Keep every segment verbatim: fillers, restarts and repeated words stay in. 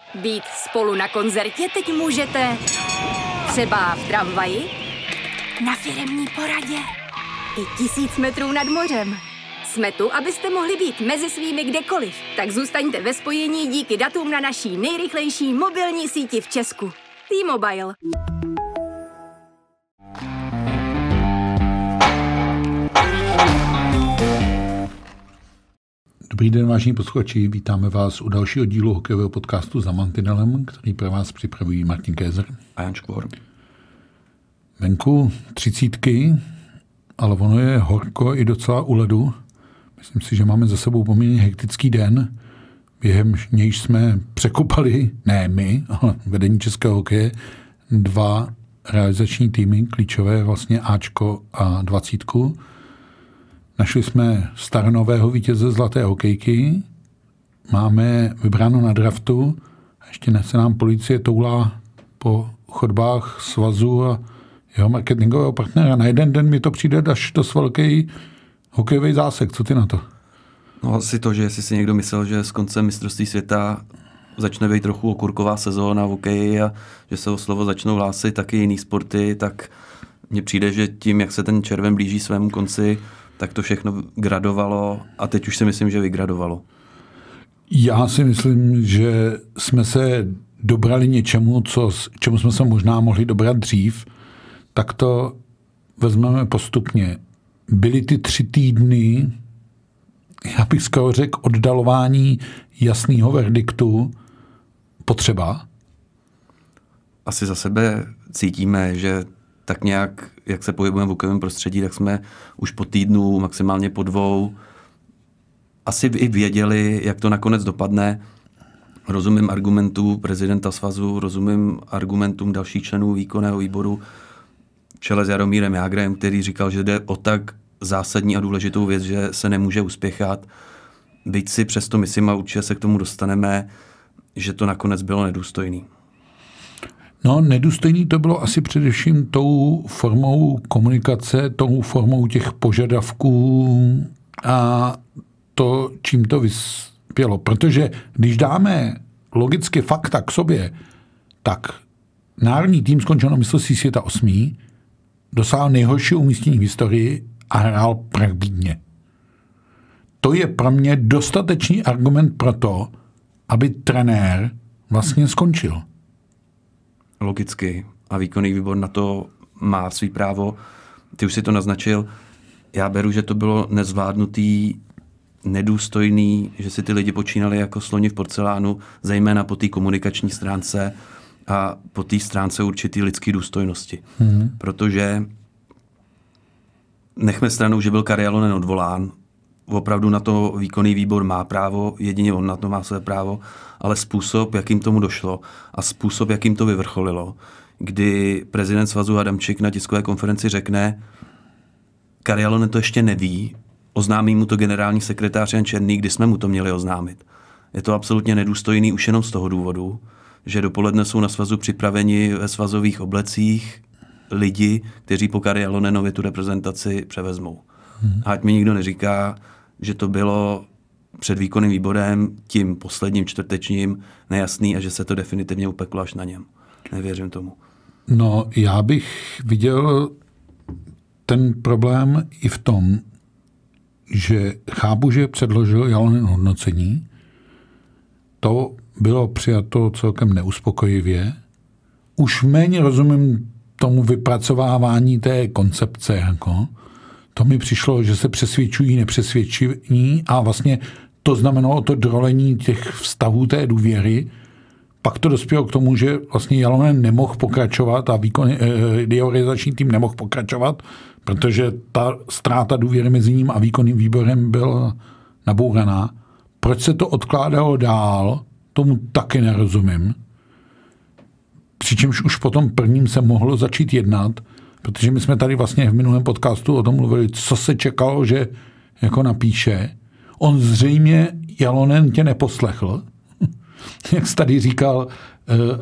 Být spolu na koncertě teď můžete třeba v tramvaji, na firemní poradě i tisíc metrů nad mořem. Jsme tu, abyste mohli být mezi svými kdekoliv. Tak zůstaňte ve spojení díky datům na naší nejrychlejší mobilní síti v Česku. T-Mobile. Dobrý den, vážení posluchači, vítáme vás u dalšího dílu hokejového podcastu Za mantinelem, který pro vás připravují Martin Kézer a Jan Škvor. Venku třicítky, ale ono je horko i docela u ledu. Myslím si, že máme za sebou poměrně hektický den, během nějž jsme překopali, ne my, ale vedení českého hokeje, dva realizační týmy, klíčové vlastně Ačko a dvacítku. Našli jsme staronového vítěze zlaté hokejky, máme vybráno na draftu, a ještě se nám policie toulá po chodbách svazu a jeho marketingového partnera. Na jeden den mi to přijde až dost velký hokejový zásek. Co ty na to? No asi to, že jestli si někdo myslel, že s koncem mistrovství světa začne být trochu okurková sezóna v hokeji a že se o slovo začnou hlásit taky jiný sporty, tak mně přijde, že tím, jak se ten červen blíží svému konci, tak to všechno gradovalo a teď už si myslím, že vygradovalo. Já si myslím, že jsme se dobrali něčemu, co, čemu jsme se možná mohli dobrat dřív, tak to vezmeme postupně. Byly ty tři týdny, já bych skoro řekl, oddalování jasného verdiktu potřeba? Asi za sebe cítíme, že tak nějak, jak se pohybujeme v hokejovém prostředí, tak jsme už po týdnu, maximálně po dvou, asi i věděli, jak to nakonec dopadne. Rozumím argumentů prezidenta svazu, rozumím argumentům dalších členů výkonného výboru v čele s Jaromírem Jágrem, který říkal, že jde o tak zásadní a důležitou věc, že se nemůže uspěchat. Byť si přesto myslím, a určitě se k tomu dostaneme, že to nakonec bylo nedůstojný. No, nedůstojný to bylo asi především tou formou komunikace, tou formou těch požadavků a to, čím to vyspělo. Protože když dáme logicky fakta k sobě, tak národní tým skončil na mistrovství světa osmý, dosáhl nejhoršího umístění v historii a hrál perfidně. To je pro mě dostatečný argument pro to, aby trenér vlastně skončil. Logicky. A výkonný výbor na to má svý právo. Ty už si to naznačil. Já beru, že to bylo nezvládnutý, nedůstojný, že si ty lidi počínali jako sloni v porcelánu, zejména po té komunikační stránce a po té stránce určitý lidský důstojnosti. Hmm. Protože nechme stranou, že byl Kari Jalonen odvolán. Opravdu na to výkonný výbor má právo, jedině on na to má své právo, ale způsob, jakým tomu došlo a způsob, jakým to vyvrcholilo, kdy prezident svazu Adamčík na tiskové konferenci řekne, Kari Jalonen to ještě neví, oznámí mu to generální sekretář Jan Černý, kdy jsme mu to měli oznámit. Je to absolutně nedůstojný už jenom z toho důvodu, že dopoledne jsou na svazu připraveni ve svazových oblecích lidi, kteří po Kari Jalonenovi tu reprezentaci převezmou. Hmm. A ať mi nikdo neříká, že to bylo před výkonným výborem tím posledním čtvrtečním nejasný a že se to definitivně upeklo až na něm. Nevěřím tomu. No, já bych viděl ten problém i v tom, že chápu, že předložil Jalonen hodnocení. To bylo přijato celkem neuspokojivě. Už méně rozumím tomu vypracovávání té koncepce, jako to mi přišlo, že se přesvědčují nepřesvědčiví a vlastně to znamenalo to drolení těch vztahů té důvěry. Pak to dospělo k tomu, že vlastně Jalonen nemohl pokračovat a výkon, eh, organizační tým nemohl pokračovat, protože ta ztráta důvěry mezi ním a výkonným výborem byla nabouraná. Proč se to odkládalo dál, tomu taky nerozumím. Přičemž už po tom prvním se mohlo začít jednat, protože my jsme tady vlastně v minulém podcastu o tom mluvili, co se čekalo, že jako napíše. On zřejmě, Jalonen, tě neposlechl. Jak jsi tady říkal,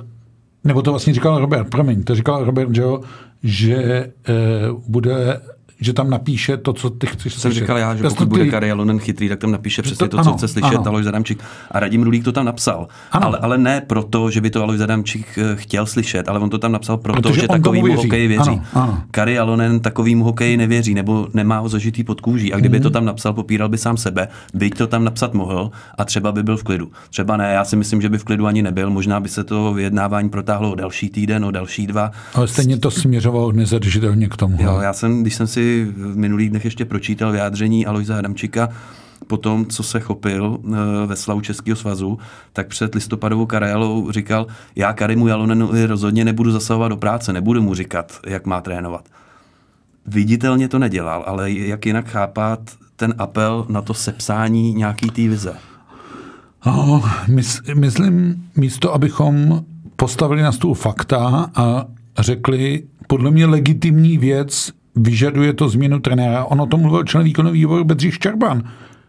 nebo to vlastně říkal Robert, promiň, to říkal Robert, že, jo, že bude že tam napíše to, co ty chceš jsem slyšet. říkal já, že Just pokud ty... bude Kari Jalonen chytrý, tak tam napíše přesně to, to co ano, chce slyšet ano. Alojz Adamčík. A Radim Rulík to tam napsal. Ale, ale ne proto, že by to Alojz Adamčík chtěl slyšet, ale on to tam napsal proto, Protože že takovýmu hokeji věří. Ano, ano. Kari Jalonen takovýmu hokeji nevěří, nebo nemá ho zažitý pod kůží. A kdyby hmm. to tam napsal, popíral by sám sebe, byť to tam napsat mohl a třeba by byl v klidu. Třeba ne, já si myslím, že by v klidu ani nebyl. Možná by se to vyjednávání protáhlo o další týden, o další dva. Ale stejně to směřovalo nezadržitelně k tomu. Jo, já jsem, když jsem si v minulých dnech ještě pročítal vyjádření Alojza Adamčíka po tom, co se chopil ve slavu Českého svazu, tak před listopadovou Karelou říkal, já Karimu Jalonenovi rozhodně nebudu zasahovat do práce, nebudu mu říkat, jak má trénovat. Viditelně to nedělal, ale jak jinak chápat ten apel na to sepsání nějaký té vize? No, mys, myslím, místo, abychom postavili na stůl fakta a řekli, podle mě legitimní věc, vyžaduje to změnu trenéra. Ono to mluvil člen výkonný výbor Bedřich Štěrban.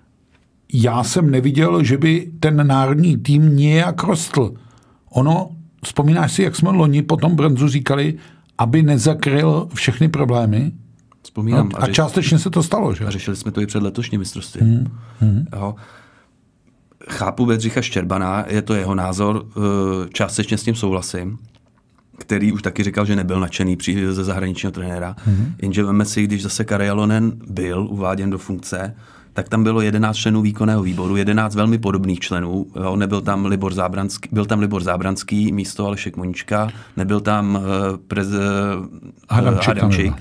Já jsem neviděl, že by ten národní tým nějak rostl. Ono, vzpomínáš si, jak jsme loni po tom bronzu říkali, aby nezakryl všechny problémy? Vzpomínám. No, a, a částečně se to stalo, že? A řešili jsme to i před letošním mistrovstvím. Hmm. Hmm. Jo. Chápu Bedřicha Štěrbana, je to jeho názor, částečně s tím souhlasím, který už taky říkal, že nebyl nadšený ze zahraničního trenéra. Mm-hmm. Jenže veme si, když zase Kari Jalonen byl uváděn do funkce, tak tam bylo jedenáct členů výkonného výboru, jedenáct velmi podobných členů. Jo, nebyl tam Libor Zábranský, byl tam Libor Zábranský místo Alešek Monička, nebyl tam uh, prez, uh, Adamčík, Adamčík,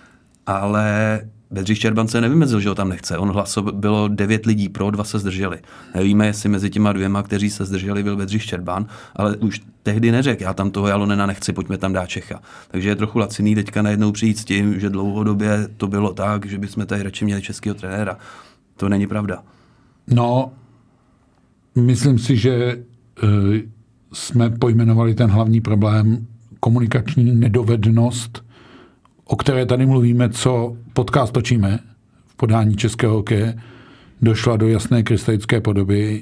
ale Bedřich Štěrban se nevymezil, že ho tam nechce. On hlaso, bylo devět lidí pro, dva se zdrželi. Nevíme, jestli mezi těma dvěma, kteří se zdrželi, byl Bedřich Štěrban, ale už tehdy neřekl, já tam toho Jalonena nechci, pojďme tam dát Čecha. Takže je trochu laciný teďka najednou přijít s tím, že dlouhodobě to bylo tak, že bychom tady radši měli českého trenéra. To není pravda. No, myslím si, že uh, jsme pojmenovali ten hlavní problém, komunikační nedovednost, o které tady mluvíme, co podcast točíme v podání českého hokeje, došla do jasné krystalické podoby,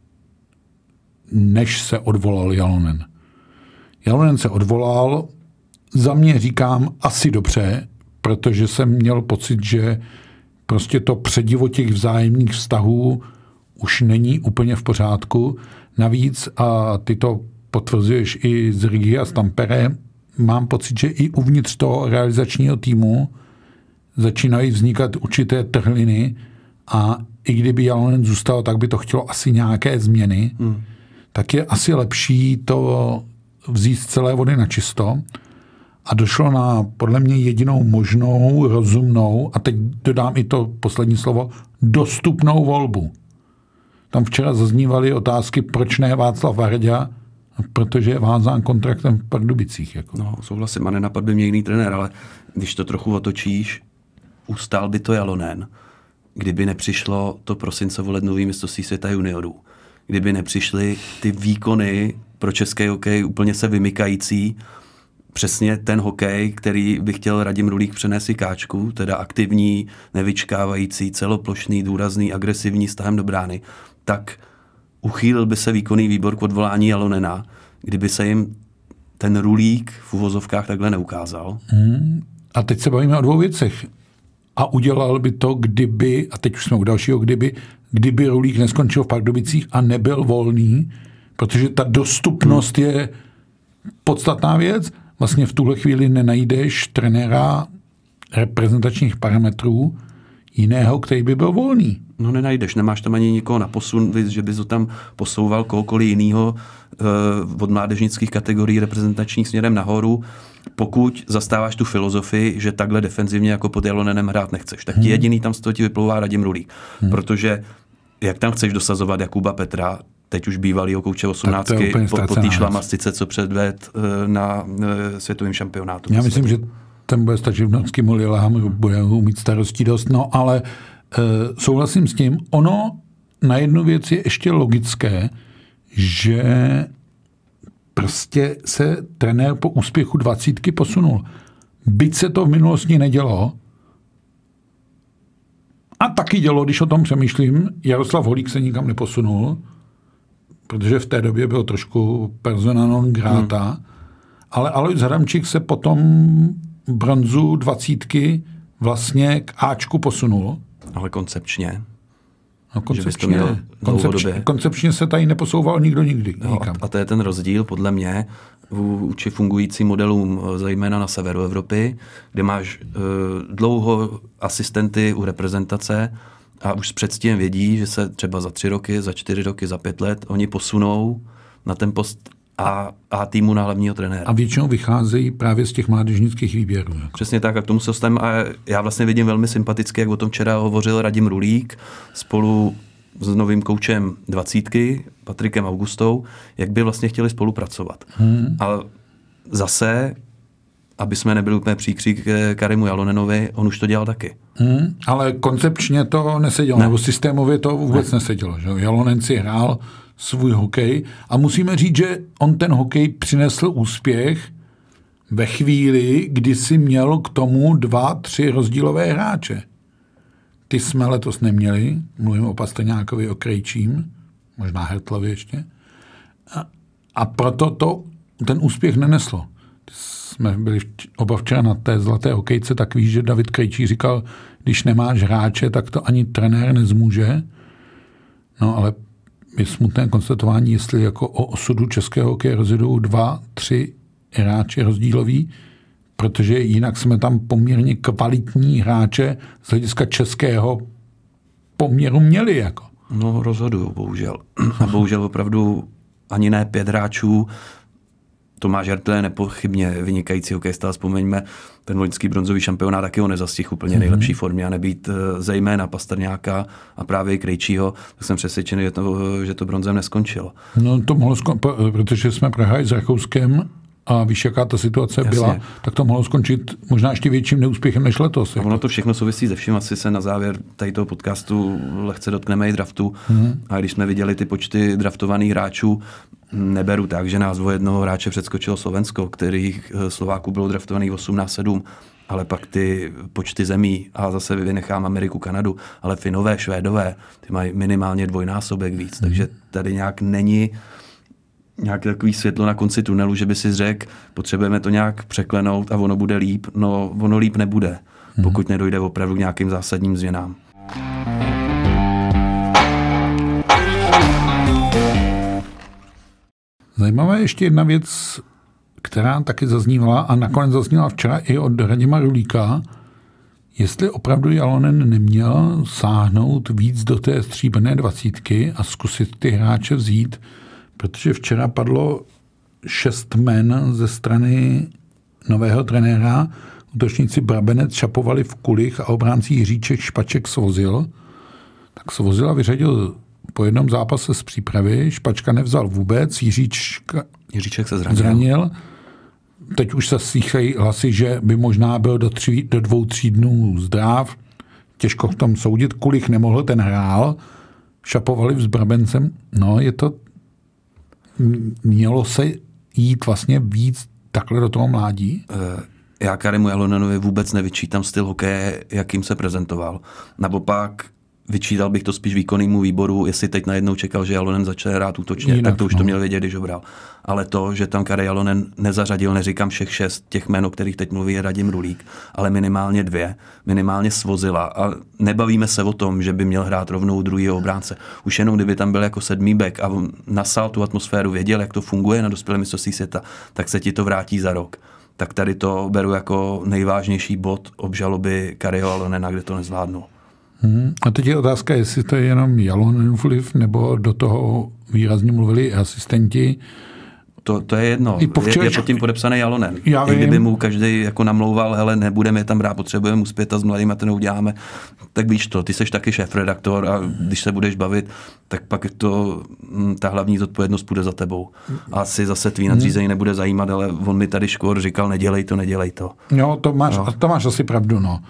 než se odvolal Jalonen. Jalonen se odvolal, za mě říkám asi dobře, protože jsem měl pocit, že prostě to předivo těch vzájemných vztahů už není úplně v pořádku. Navíc, a ty to potvrzuješ i z Rigy a z Tampere, mám pocit, že i uvnitř toho realizačního týmu začínají vznikat určité trhliny a i kdyby Jalonen zůstal, tak by to chtělo asi nějaké změny. Hmm. Tak je asi lepší to vzít z celé vody na čisto. A došlo na podle mě jedinou možnou, rozumnou, a teď dodám i to poslední slovo, dostupnou volbu. Tam včera zaznívaly otázky, proč ne Václav Varda, protože je vázán kontraktem v Pardubicích. Jako. No, souhlasím, a nenapad by mě jiný trenér, ale když to trochu otočíš, ustál by to Jalonen, kdyby nepřišlo to prosincovo lednový mistrovství světa juniorů. Kdyby nepřišly ty výkony pro český hokej úplně se vymykající, přesně ten hokej, který by chtěl Radim Rulík přenést i Káčku, teda aktivní, nevyčkávající, celoplošný, důrazný, agresivní stahem do brány, tak uchýlil by se výkonný výbor k odvolání Jalonena, kdyby se jim ten Rulík v uvozovkách takhle neukázal. Hmm. A teď se bavíme o dvou věcech. A udělal by to, kdyby, a teď už jsme u dalšího, kdyby, kdyby Rulík neskončil v Pardubicích a nebyl volný, protože ta dostupnost hmm. je podstatná věc. Vlastně v tuhle chvíli nenajdeš trenéra reprezentačních parametrů jiného, který by byl volný. No nenajdeš, nemáš tam ani nikoho na posun, že bys to tam posouval kohokoliv jinýho uh, od mládežnických kategorií reprezentačních směrem nahoru. Pokud zastáváš tu filozofii, že takhle defenzivně jako pod Jalonenem hrát nechceš, tak ti hmm. jediný tam z toho ti vyplouvá Radim Rulík. Hmm. Protože jak tam chceš dosazovat Jakuba Petra, teď už bývalýho kouče osmnáctky, po, po té šlamastice, co předved uh, na uh, světovém šampionátu. Já myslím, že ten bude stačit v Norskému Lillehammeru, bude mít starostí dost, no ale uh, souhlasím s tím. Ono na jednu věc je ještě logické, že prostě se trenér po úspěchu dvacítky posunul. Byť se to v minulosti nedělo, a taky dělo, když o tom přemýšlím, Jaroslav Holík se nikam neposunul, protože v té době byl trošku persona non grata, hmm. ale Alojz Adamčík se potom bronzu dvacítky vlastně k Ačku posunul. Ale koncepčně. No koncepčně, koncepčně, koncepčně se tady neposouval nikdo nikdy. No, a, a to je ten rozdíl, podle mě, vůči fungujícím modelům, zejména na severu Evropy, kde máš uh, dlouho asistenty u reprezentace a už s předstihem vědí, že se třeba za tři roky, za čtyři roky, za pět let oni posunou na ten post A, A týmu na hlavního trenéra. A většinou vycházejí právě z těch mládežnických výběrů. Jako. Přesně tak, a k tomu se dostaneme. A já vlastně vidím velmi sympaticky, jak o tom včera hovořil Radim Rulík spolu s novým koučem dvacítky, Patrikem Augustou, jak by vlastně chtěli spolupracovat. Hmm. A zase, aby jsme nebyli úplně příkří k Karimu Jalonenovi, on už to dělal taky. Hmm. Ale koncepčně to nesedělo, ne. nebo systémově to vůbec ne. nesedělo. Že? Jalonen si hrál svůj hokej a musíme říct, že on ten hokej přinesl úspěch ve chvíli, kdy si měl k tomu dva, tři rozdílové hráče. Ty jsme letos neměli, mluvím o Pastrňákovi, o Krejčím, možná Hertlovi ještě. A, a proto to, ten úspěch neneslo. Jsme byli oba včera na té zlaté hokejce, tak víš, že David Krejčí říkal, když nemáš hráče, tak to ani trenér nezmůže. No ale je smutné konstatování, jestli jako o osudu českého hokeje rozjedou dva, tři hráči rozdíloví, protože jinak jsme tam poměrně kvalitní hráče z hlediska českého poměru měli. Jako. No rozhoduju, bohužel. A bohužel opravdu ani ne pět hráčů. Tomáš Hertl je nepochybně vynikající hokejista, vzpomeňme, ten loňský bronzový šampionát taky ho nezastihl úplně mm-hmm. nejlepší formě a nebýt zejména Pastrňáka a právě i Krejčího, tak jsem přesvědčený, že to, že to bronzem neskončilo. No to mohlo skončit, protože jsme prohráli s Rakouskem a víš, jaká ta situace Jasně. byla, tak to mohlo skončit možná ještě větším neúspěchem než letos. A ono to všechno souvisí se vším, asi se na závěr tady toho podcastu lehce dotkneme i draftu. Mm-hmm. A když jsme viděli ty počty draftovaných hráčů, neberu tak, že nás o jednoho hráče předskočilo Slovensko, kterých Slováků bylo draftovaných osmnáct sedm, ale pak ty počty zemí, a zase vynechám Ameriku, Kanadu, ale Finové, Švédové, ty mají minimálně dvojnásobek víc, mm-hmm. takže tady nějak není nějaké takový světlo na konci tunelu, že by si řekl, potřebujeme to nějak překlenout a ono bude líp. No, ono líp nebude, hmm. pokud nedojde opravdu k nějakým zásadním změnám. Zajímavá je ještě jedna věc, která taky zaznívala a nakonec zaznívala včera i od Radima Rulíka, jestli opravdu Jalonen neměl sáhnout víc do té stříbrné dvacítky a zkusit ty hráče vzít, protože včera padlo šest men ze strany nového trenéra. Útočníci Brabenec, Šapovali, Vkulich a obránci Jiříček, Špaček, Svozil. Tak Svozila vyřadil po jednom zápase z přípravy, Špačka nevzal vůbec, Jiříčka Jiříček se zranil. zranil. Teď už se slýchají hlasy, že by možná byl do, tři, do dvou, tří dnů zdrav. Těžko v tom soudit. Kulich nemohl, ten hrál. Šapovali s Brabencem. No, je to mělo se jít vlastně víc takhle do toho mládí? Já Karimu Jalonenovi vůbec nevyčítám styl hokeje, jakým se prezentoval. Naopak vyčítal bych to spíš výkonnému výboru, jestli teď najednou čekal, že Jalonen začne hrát útočně, Jinak, tak to už no. to měl vědět, když ho bral. Ale to, že tam Kari Jalonen nezařadil, neříkám všech šest těch jmen, o kterých teď mluví Radim Rulík, ale minimálně dvě, minimálně Svozila. A nebavíme se o tom, že by měl hrát rovnou druhýho obránce. Už jenom kdyby tam byl jako sedmý back a nasál tu atmosféru, věděl, jak to funguje na dospělém mistrovství světa, tak se ti to vrátí za rok. Tak tady to beru jako nejvážnější bod obžaloby Kariho Jalonena, kde to nezvládnul. Hmm. A teď je otázka, jestli to je jenom Jalonenův vliv, nebo do toho výrazně mluvili i asistenti. To, to je jedno. Je, je pod tím podepsaný Jalonen. Já I kdyby mu každý jako namlouval, hele, nebudeme tam hrát, potřebujeme uspět a s mladýma to neuděláme, tak víš to, ty seš taky šéfredaktor a když se budeš bavit, tak pak to, ta hlavní zodpovědnost půjde za tebou. A asi zase tvý nadřízení hmm. nebude zajímat, ale on mi tady Škvor říkal, nedělej to, nedělej to. Jo, to máš, no. to máš asi pravdu, no.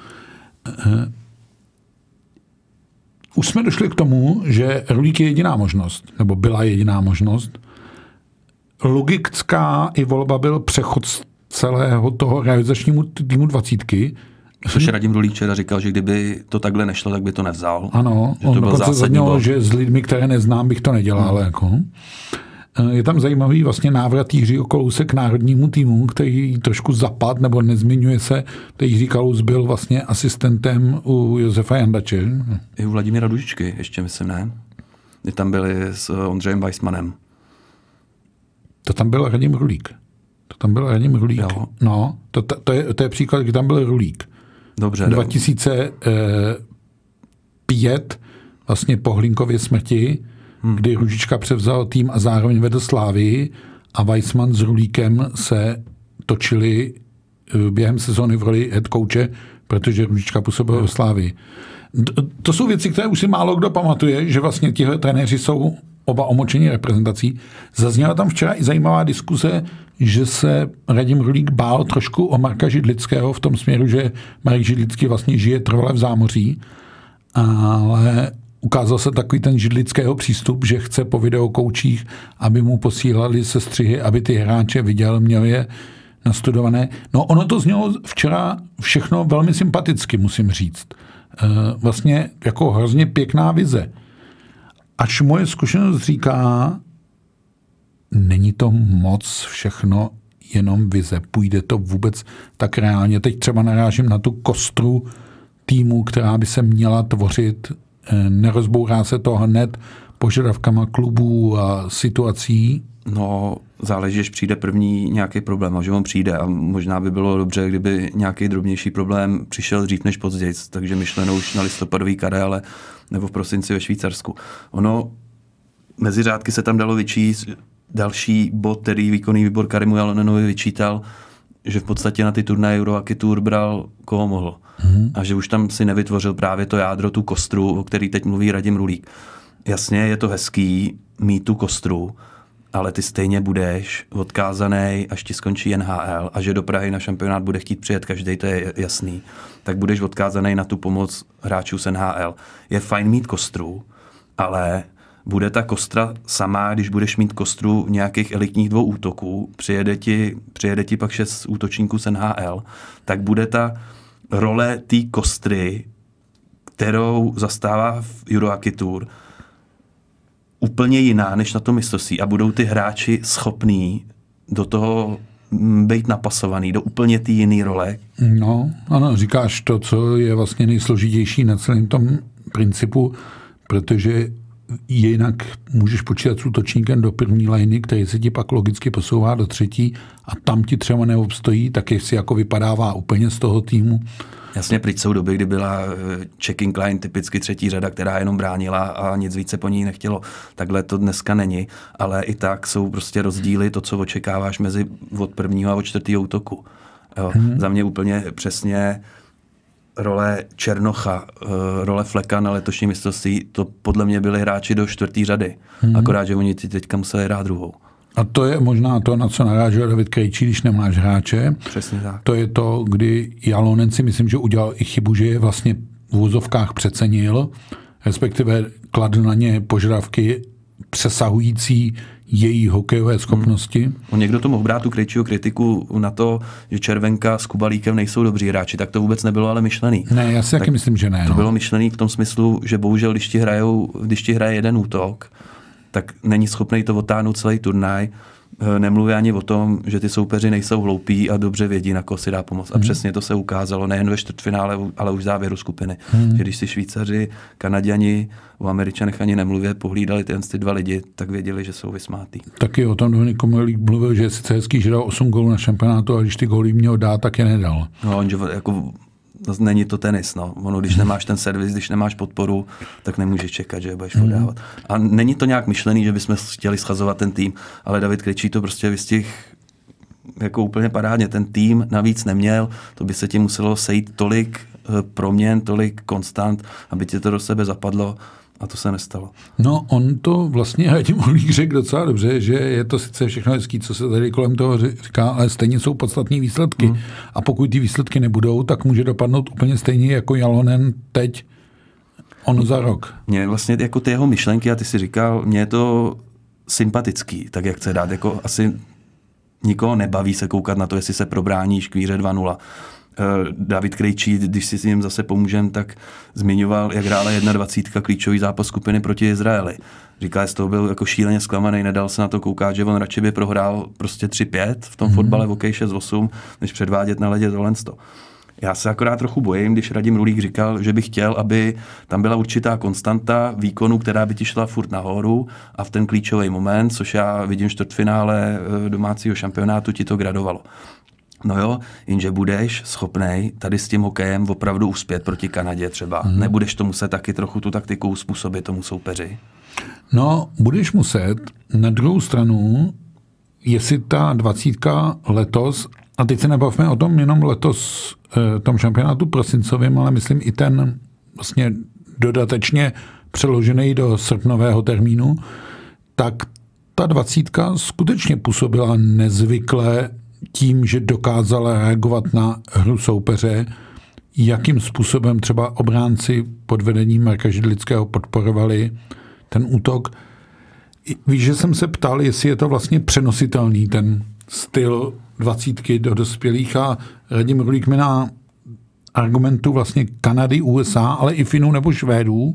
Už jsme došli k tomu, že Rulík je jediná možnost, nebo byla jediná možnost. Logická i volba byl přechod z celého toho realizačnímu týmu dvacítky. Což Radim Rulík včera říkal, že kdyby to takhle nešlo, tak by to nevzal. Ano, že on to dokonce zadnělo, že s lidmi, které neznám, bych to nedělal. Hmm. Jako. Je tam zajímavý vlastně návrat Jiřího Kalouse k národnímu týmu, který trošku zapad, nebo nezmiňuje se. Jiří Kalous byl vlastně asistentem u Josefa Jandače. I u Vladimíra Růžičky, ještě myslím, ne? Kdy tam byli s Ondřejem Weissmanem. To tam byl Radim Rulík. To tam byl Radim Rulík. Jo. No, to, to, to, je, to je příklad, kdy tam byl Rulík. Dobře. dva tisíce pět vlastně po Hlinkově smrti, hmm. kdy Růžička převzal tým a zároveň vedl Slávii a Weissman s Rulíkem se točili během sezóny v roli head coache, protože Růžička působil hmm. v Slávii. To jsou věci, které už si málo kdo pamatuje, že vlastně tihle trenéři jsou oba omočení reprezentací. Zazněla tam včera i zajímavá diskuse, že se Radim Rulík bál trošku o Marka Židlického v tom směru, že Marek Židlický vlastně žije trvale v zámoří, ale ukázal se takový ten Židlického přístup, že chce po videokoučích, aby mu posílali sestřihy, aby ty hráče viděl, měl je nastudované. No ono to znělo včera všechno velmi sympaticky, musím říct. Vlastně jako hrozně pěkná vize. Až moje zkušenost říká, není to moc všechno jenom vize. Půjde to vůbec tak reálně. Teď třeba narážím na tu kostru týmu, která by se měla tvořit. Nerozbourá se to hned požadavkama klubů a situací. No, záleží, že přijde první nějaký problém, a že on přijde a možná by bylo dobře, kdyby nějaký drobnější problém přišel dřív než později, takže myšleno už na listopadový kareále nebo v prosinci ve Švýcarsku. Ono, mezi řádky se tam dalo vyčíst další bod, který výkonný výbor Karimu Jalonenovi vyčítal, že v podstatě na ty turnaje Eurohockey Tour bral koho mohl. Mm-hmm. A že už tam si nevytvořil právě to jádro, tu kostru, o který teď mluví Radim Rulík. Jasně, je to hezký mít tu kostru, ale ty stejně budeš odkázaný, až ti skončí N H L a že do Prahy na šampionát bude chtít přijet každý, to je jasný, tak budeš odkázaný na tu pomoc hráčů z N H L. Je fajn mít kostru, ale bude ta kostra samá, když budeš mít kostru nějakých elitních dvou útoků, přijede ti, přijede ti pak šest útočníků z N H L, tak bude ta role té kostry, kterou zastává v Eurohockey Tour, úplně jiná než na to mistrovství a budou ty hráči schopní do toho být napasovaný, do úplně ty jiný role. No, ano, říkáš to, co je vlastně nejsložitější na celém tom principu, protože jinak můžeš počítat s útočníkem do první liny, který se ti pak logicky posouvá do třetí a tam ti třeba neobstojí, tak si jako vypadává úplně z toho týmu. Jasně, pryč jsou doby, kdy byla checking line typicky třetí řada, která jenom bránila a nic více po ní nechtělo. Takhle to dneska není, ale i tak jsou prostě rozdíly, to, co očekáváš mezi od prvního a od čtvrtého útoku. Jo. Hmm. Za mě úplně přesně role Černocha, role Fleka na letošním mistrovství, to podle mě byli hráči do čtvrtý řady. Hmm. Akorát, že oni teďka museli hrát druhou. A to je možná to, na co narážel David Krejčí, když nemáš hráče. Přesně tak. To je to, kdy Jalonen si myslím, že udělal i chybu, že je vlastně v úvozovkách přecenil, respektive kladl na ně požadavky přesahující její hokejové schopnosti. Hmm. On někdo to mohl brát tu Krejčího kritiku na to, že Červenka s Kubalíkem nejsou dobří hráči, tak to vůbec nebylo ale myšlený. Ne, já si taky myslím, že ne. To no. bylo myšlený v tom smyslu, že bohužel, když ti, hrajou, když ti hraje jeden útok, tak není schopný to otáhnout celý turnaj. Nemluví ani o tom, že ty soupeři nejsou hloupí a dobře vědí, na koho si dá pomoct. A hmm. přesně to se ukázalo nejen ve čtvrtfinále, ale už v závěru skupiny. Hmm. Že když si Švýcaři, Kanaďani, o Američanech ani nemluvě, pohlídali ty, ty dva lidi, tak věděli, že jsou vysmátý. Taky o tom Dominik Komolík mluvil, že je sice hezký, že dal osm gólů na šampionátu, a když ty góly měl dát, tak je nedal. No, on, že jako není to tenis, no. Ono, když nemáš ten servis, když nemáš podporu, tak nemůžeš čekat, že je budeš podávat. A není to nějak myšlený, že bychom chtěli schazovat ten tým, ale David Krejčí to prostě vystihl jako úplně parádně. Ten tým navíc neměl, to by se ti muselo sejít tolik proměn, tolik konstant, aby ti to do sebe zapadlo. A to se nestalo. No, on to vlastně Radim Rulík řekl docela dobře, že je to sice všechno hezký, co se tady kolem toho říká, ale stejně jsou podstatné výsledky. Hmm. A pokud ty výsledky nebudou, tak může dopadnout úplně stejně jako Jalonen teď, on za rok. Mně vlastně jako ty jeho myšlenky, a ty si říkal, mně je to sympatický, tak jak chce dát. Jako asi nikoho nebaví se koukat na to, jestli se probrání škvíře dva nula. David Krejčí, když si s ním zase pomůžem, tak zmiňoval, jak hrála dvacet jedna klíčový zápas skupiny proti Izraeli. Říká, že z toho byl jako šíleně zklamaný, nedal se na to koukat, že on radši by prohrál prostě tři pět v tom mm-hmm. fotbale v hokej šest osm, než předvádět na ledě tohle sto. Já se akorát trochu bojím, když Radim Rulík říkal, že by chtěl, aby tam byla určitá konstanta výkonu, která by ti šla furt nahoru a v ten klíčový moment, což já vidím v čtvrtfinále domácího šampionátu, ti to gradovalo. No jo, jenže budeš schopnej tady s tím hokejem opravdu uspět proti Kanadě třeba. Hmm. Nebudeš to muset taky trochu tu taktiku způsobit tomu soupeři? No, budeš muset. Na druhou stranu, jestli ta dvacítka letos, a teď se nebavme o tom jenom letos e, tom šampionátu prosincovým, ale myslím i ten vlastně dodatečně přeložený do srpnového termínu, tak ta dvacítka skutečně působila nezvykle tím, že dokázala reagovat na hru soupeře, jakým způsobem třeba obránci pod vedením Marka Židlického podporovali ten útok. Víš, že jsem se ptal, jestli je to vlastně přenositelný ten styl dvacítky do dospělých a Radim Rulík mi na argumentu vlastně Kanady, U S A, ale i Finů nebo Švédů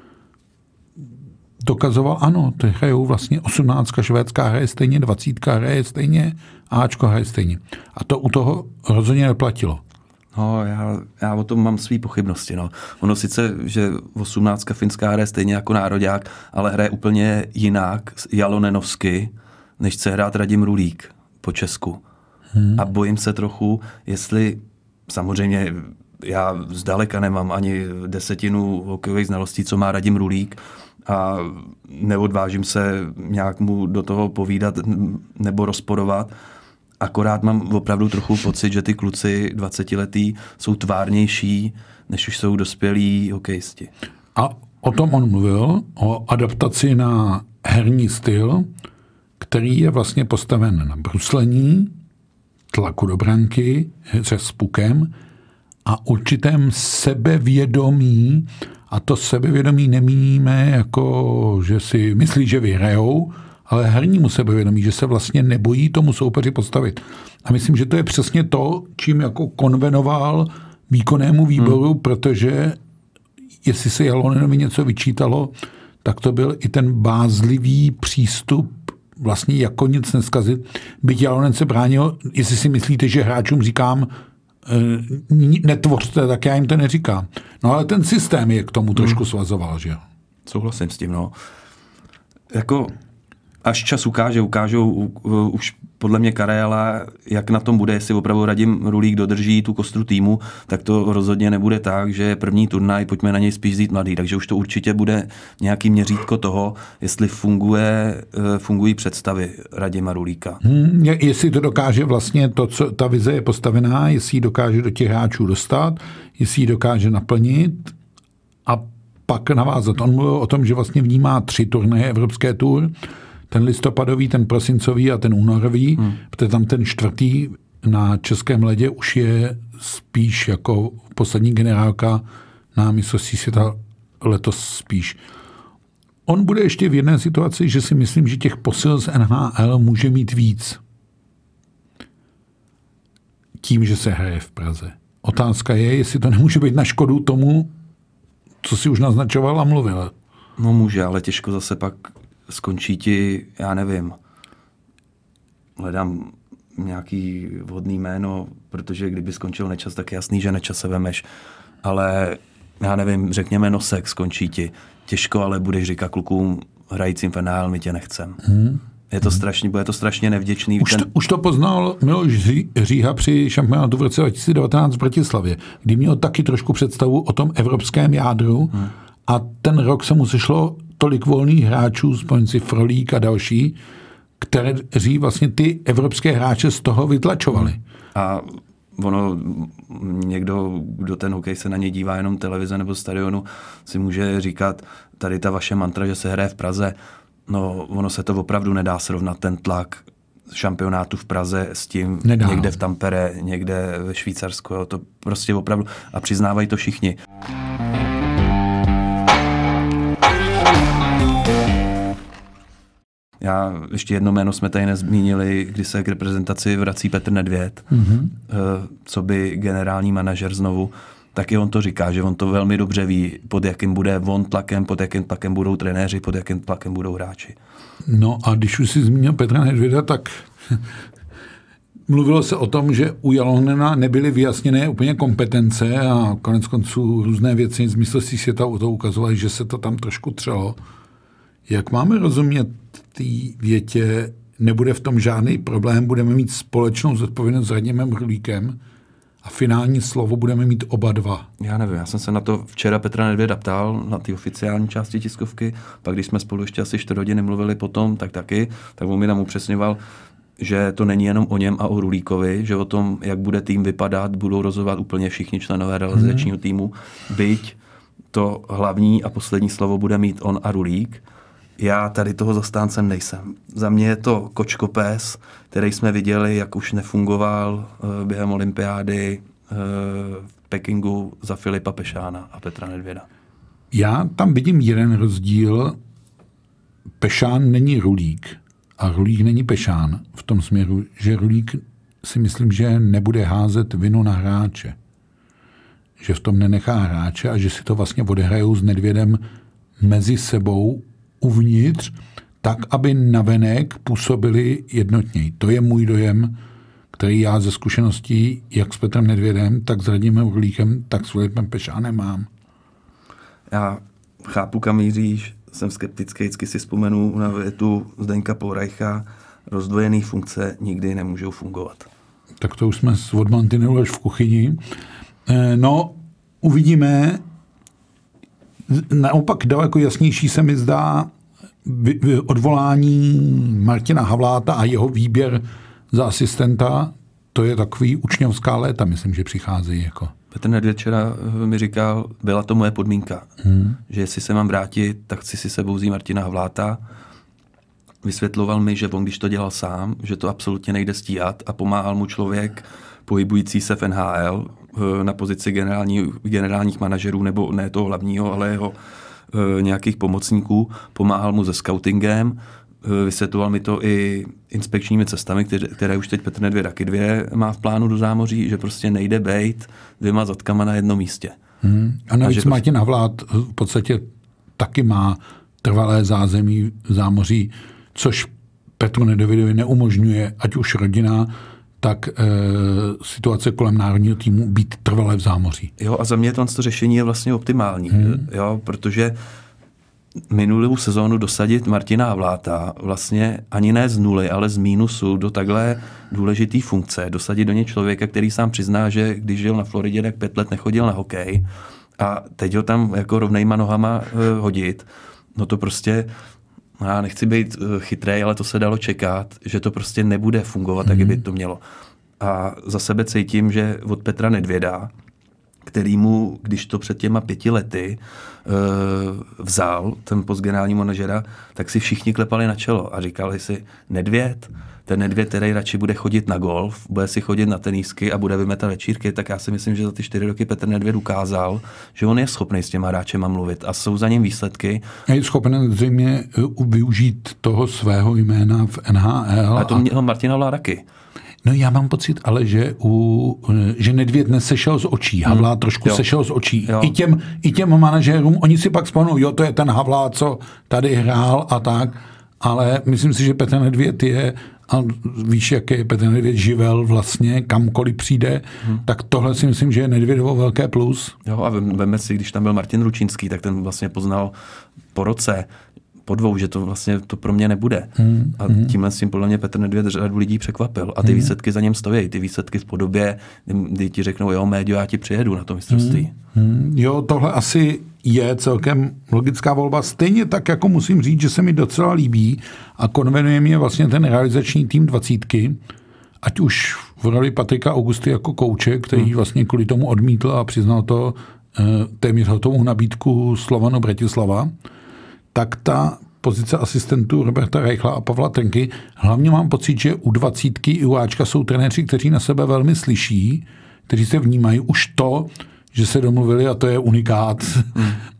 dokazoval, ano, ty hrajou vlastně osmnáctka švédská hraje stejně, dvacítka hraje stejně, Ačko hraje stejně. A to u toho rozhodně neplatilo. No, já, já o tom mám svý pochybnosti. No. Ono sice, že osmnáctka finská hraje stejně jako nároďák, ale hraje úplně jinak, jalonenovsky, než chce hrát Radim Rulík po Česku. Hmm. A bojím se trochu, jestli samozřejmě já zdaleka nemám ani desetinu hokejových znalostí, co má Radim Rulík, a neodvážím se nějak mu do toho povídat nebo rozporovat. Akorát mám opravdu trochu pocit, že ty kluci dvacetiletí jsou tvárnější, než už jsou dospělí hokejisti. A o tom on mluvil, o adaptaci na herní styl, který je vlastně postaven na bruslení, tlaku do branky, hře s pukem a určitém sebevědomí. A to sebevědomí nemíníme jako, že si myslí, že vyhrajou, ale hernímu sebevědomí, že se vlastně nebojí tomu soupeři postavit. A myslím, že to je přesně to, čím jako konvenoval výkonnému výboru, hmm. protože jestli se Jalonenovi něco vyčítalo, tak to byl i ten bázlivý přístup vlastně jako nic neskazit. Byť Jalonen se bránil, jestli si myslíte, že hráčům říkám, netvořte, tak já jim to neříkám. No ale ten systém je k tomu trošku hmm. svazoval, že jo? Souhlasím s tím, no. Jako až čas ukáže, ukážou uh, uh, už podle mě Karela, jak na tom bude, jestli opravdu Radim Rulík dodrží tu kostru týmu, tak to rozhodně nebude tak, že je první turnaj, pojďme na něj spíš vzít mladý, takže už to určitě bude nějaký měřítko toho, jestli funguje, uh, fungují představy Radima Rulíka. Hmm, jestli to dokáže vlastně to, co ta vize je postavená, jestli ji dokáže do těch hráčů dostat, jestli ji dokáže naplnit a pak navázat. On mluvil o tom, že vlastně vnímá tři turnaje Evropské tour, ten listopadový, ten prosincový a ten únorový, hmm. protože tam ten čtvrtý na českém ledě už je spíš jako poslední generálka na mistrovství světa letos spíš. On bude ještě v jedné situaci, že si myslím, že těch posil z N H L může mít víc. Tím, že se hraje v Praze. Otázka je, jestli to nemůže být na škodu tomu, co si už naznačoval a mluvil. No může, ale těžko zase pak skončí ti, já nevím, hledám nějaký vhodný jméno, protože kdyby skončil Nečas, tak je jasný, že Nečas se vemeš, ale já nevím, řekněme Nosek, skončí ti. Těžko, ale budeš říkat klukům hrajícím v N H L, my tě nechcem. Hmm. Je to strašně, bude to strašně nevděčný. Už, ten... to, už to poznal Miloš Říha při šampionátu v roce dva tisíce devatenáct v Bratislavě, kdy měl taky trošku představu o tom evropském jádru hmm. a ten rok se mu sešlo tolik volných hráčů, spojenci Frolík a další, kteří vlastně ty evropské hráče z toho vytlačovali. A ono, někdo, kdo ten hokej se na něj dívá jenom televize nebo stadionu, si může říkat, tady ta vaše mantra, že se hraje v Praze, no ono se to opravdu nedá srovnat, ten tlak šampionátu v Praze s tím nedá. Někde v Tampere, někde ve Švýcarsku, jo, to prostě opravdu, a přiznávají to všichni. Já ještě jedno jméno jsme tady nezmínili, kdy se k reprezentaci vrací Petr Nedvěd, mm-hmm. co by generální manažer znovu, taky on to říká, že on to velmi dobře ví, pod jakým bude on tlakem, pod jakým tlakem budou trenéři, pod jakým tlakem budou hráči. No a když už jsi zmínil Petra Nedvěda, tak mluvilo se o tom, že u Jalonena nebyly vyjasněné úplně kompetence a konec konců různé věci z mistrovství světa o to ukazovaly, že se to tam trošku třelo. Jak máme rozumět té větě, nebude v tom žádný problém, budeme mít společnou zodpovědnost s Radimem Hrlíkem a finální slovo budeme mít oba dva. Já nevím, já jsem se na to včera Petra Nedvěda ptal, na té oficiální části tiskovky, pak když jsme spolu ještě asi čtyři hodiny mluvili potom, tak taky, tak on mi tam upřesňoval, že to není jenom o něm a o Rulíkovi, že o tom, jak bude tým vypadat, budou rozhodovat úplně všichni členové realizačního týmu, byť to hlavní a poslední slovo bude mít on a Rulík. Já tady toho zastáncem nejsem. Za mě je to kočkopes, který jsme viděli, jak už nefungoval uh, během olympiády uh, v Pekingu za Filipa Pešána a Petra Nedvěda. Já tam vidím jeden rozdíl. Pešán není Rulík a Rulík není Pešán v tom směru, že Rulík si myslím, že nebude házet vinu na hráče. Že v tom nenechá hráče a že si to vlastně odehrajou s Nedvědem mezi sebou uvnitř, tak, aby navenek působili jednotněji. To je můj dojem, který já ze zkušeností jak s Petrem Nedvědem, tak s Radimem Hrlíkem, tak s Filipem Pešánem mám. Já chápu, kam míříš, jsem skeptický, vždycky si vzpomenu na větu Zdeňka Pourajcha, rozdvojený funkce nikdy nemůžou fungovat. Tak to už jsme s odmantinelu až v kuchyni. No, uvidíme. Naopak daleko jasnější se mi zdá odvolání Martina Havláta a jeho výběr za asistenta. To je takový učňovská léta, myslím, že přicházejí. Jako. Petr Nedvěd včera mi říkal, byla to moje podmínka, hmm. že jestli se mám vrátit, tak chci si sebou vzít Martina Havláta. Vysvětloval mi, že on, když to dělal sám, že to absolutně nejde stíhat a pomáhal mu člověk pohybující se v N H L na pozici generální, generálních manažerů, nebo ne toho hlavního, ale jeho e, nějakých pomocníků. Pomáhal mu se scoutingem, e, vysvětloval mi to i inspekčními cestami, které, které už teď Petr Nedvěd taky dvě má v plánu do zámoří, že prostě nejde bejt dvěma zadkama na jednom místě. Hmm. A navíc a Martin Havlát v podstatě taky má trvalé zázemí v zámoří, což Petru Nedvědovi neumožňuje, ať už rodina, tak e, situace kolem národního týmu být trvalé v zámoří. Jo, a za mě to řešení je vlastně optimální, hmm. jo, protože minulou sezónu dosadit Martina Havláta vlastně ani ne z nuly, ale z mínusu do takhle důležitý funkce, dosadit do něj člověka, který sám přizná, že když žil na Floridě, tak pět let nechodil na hokej a teď ho tam jako rovnejma nohama e, hodit, no to prostě já nechci být chytrej, ale to se dalo čekat, že to prostě nebude fungovat, tak, jak by to mělo. A za sebe cítím, že od Petra Nedvěda, kterýmu, když to před těma pěti lety uh, vzal ten post generálního manažera, tak si všichni klepali na čelo a říkali si, Nedvěd, ten Nedvěd, který radši bude chodit na golf, bude si chodit na tenísky a bude vymetat večírky, tak já si myslím, že za ty čtyři roky Petr Nedvěd ukázal, že on je schopný s těma hráčema mluvit a jsou za ním výsledky. A je schopen zřejmě využít toho svého jména v N H L. A to měl Martin Havlát taky. No já mám pocit, ale že, u, že Nedvěd nesešel z očí. Havlát hmm. trošku jo. sešel z očí. I těm, I těm manažérům, oni si pak vzpomnou, jo, to je ten Havlát, co tady hrál a tak, ale myslím si, že Petr Nedvěd je, a víš, jak je Petr Nedvěd živel vlastně, kamkoliv přijde, hmm. tak tohle si myslím, že je Nedvědovo velké plus. Jo, a veme si, když tam byl Martin Ručínský, tak ten vlastně poznal po roce, po dvou, že to vlastně to pro mě nebude. Hmm. A tímhle s tím podle mě Petr Nedvěd řadu lidí překvapil. A ty hmm. výsledky za něm stojí. Ty výsledky v podobě, kdy ti řeknou, jo, Méďo, já ti přijedu na to mistrovství. Hmm. Jo, tohle asi je celkem logická volba. Stejně tak, jako musím říct, že se mi docela líbí a konvenuje mě vlastně ten realizační tým dvacítky, ať už v roli Patrika Augusty jako kouče, který hmm. vlastně kvůli tomu odmítl a přiznal to téměř hotovou nabídku Slovanu Bratislava, tak ta pozice asistentů Roberta Reichla a Pavla Trnky, hlavně mám pocit, že u dvacítky i u Ačka jsou trenéři, kteří na sebe velmi slyší, kteří se vnímají. Už to, že se domluvili, a to je unikát, hmm.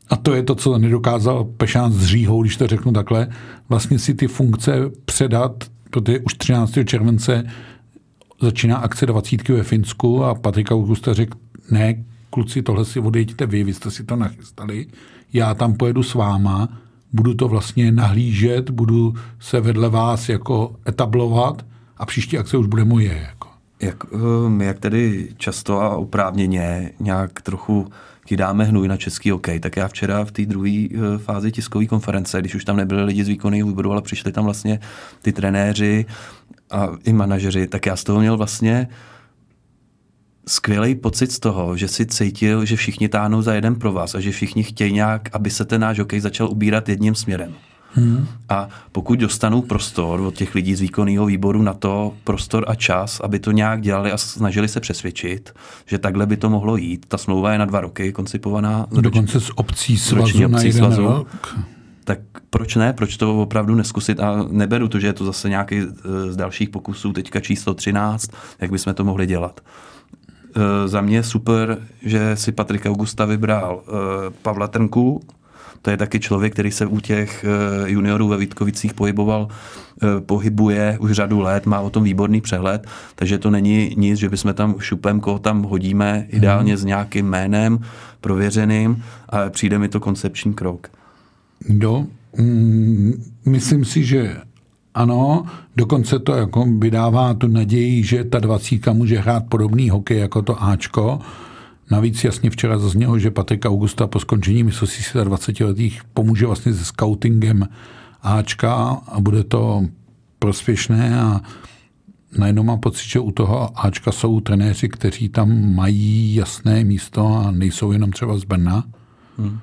a to je to, co nedokázal Pešán s Říhou, když to řeknu takhle, vlastně si ty funkce předat, protože už třináctého července začíná akce dvacítky ve Finsku a Patrik Augusta řekl, ne, kluci, tohle si odejďte vy, vy jste si to nachystali, já tam pojedu s váma, budu to vlastně nahlížet, budu se vedle vás jako etablovat a příští akce už bude moje. Jako. Jak, my jak tedy často a oprávněně nějak trochu kydáme hnůj na český hokej, tak já včera v té druhé fázi tiskové konference, když už tam nebyli lidi z výkonného výboru, ale přišli tam vlastně ty trenéři a i manažeři, tak já z toho měl vlastně skvělý pocit z toho, že si cítil, že všichni táhnou za jeden pro vás a že všichni chtějí nějak, aby se ten náš hokej začal ubírat jedním směrem. Hmm. A pokud dostanou prostor od těch lidí z výkonného výboru na to prostor a čas, aby to nějak dělali a snažili se přesvědčit, že takhle by to mohlo jít. Ta smlouva je na dva roky koncipovaná. Dokonce z obcí svazu na obcí jeden svazu. rok. Tak proč ne? Proč to opravdu neskusit? A neberu to, že je to zase nějaký z dalších pokusů, teďka číslo třináct, jak bychom to mohli dělat. E, za mě super, že si Patrik Augusta vybral e, Pavla Trnku. To je taky člověk, který se u těch juniorů ve Vítkovicích pohyboval, pohybuje už řadu let, má o tom výborný přehled, takže to není nic, že bychom tam šupem, koho tam hodíme, ideálně s nějakým jménem prověřeným, ale přijde mi to koncepční krok. Jo, mm, myslím si, že ano, dokonce to jako vydává tu naději, že ta dvacítka může hrát podobný hokej jako to Ačko. Navíc jasně včera zaznělo, že Patrik Augusta po skončení mistrovství světa dvacetiletých pomůže vlastně se scoutingem Ačka a bude to prospěšné a najednou mám pocit, že u toho Ačka jsou trenéři, kteří tam mají jasné místo a nejsou jenom třeba z Brna. Hmm.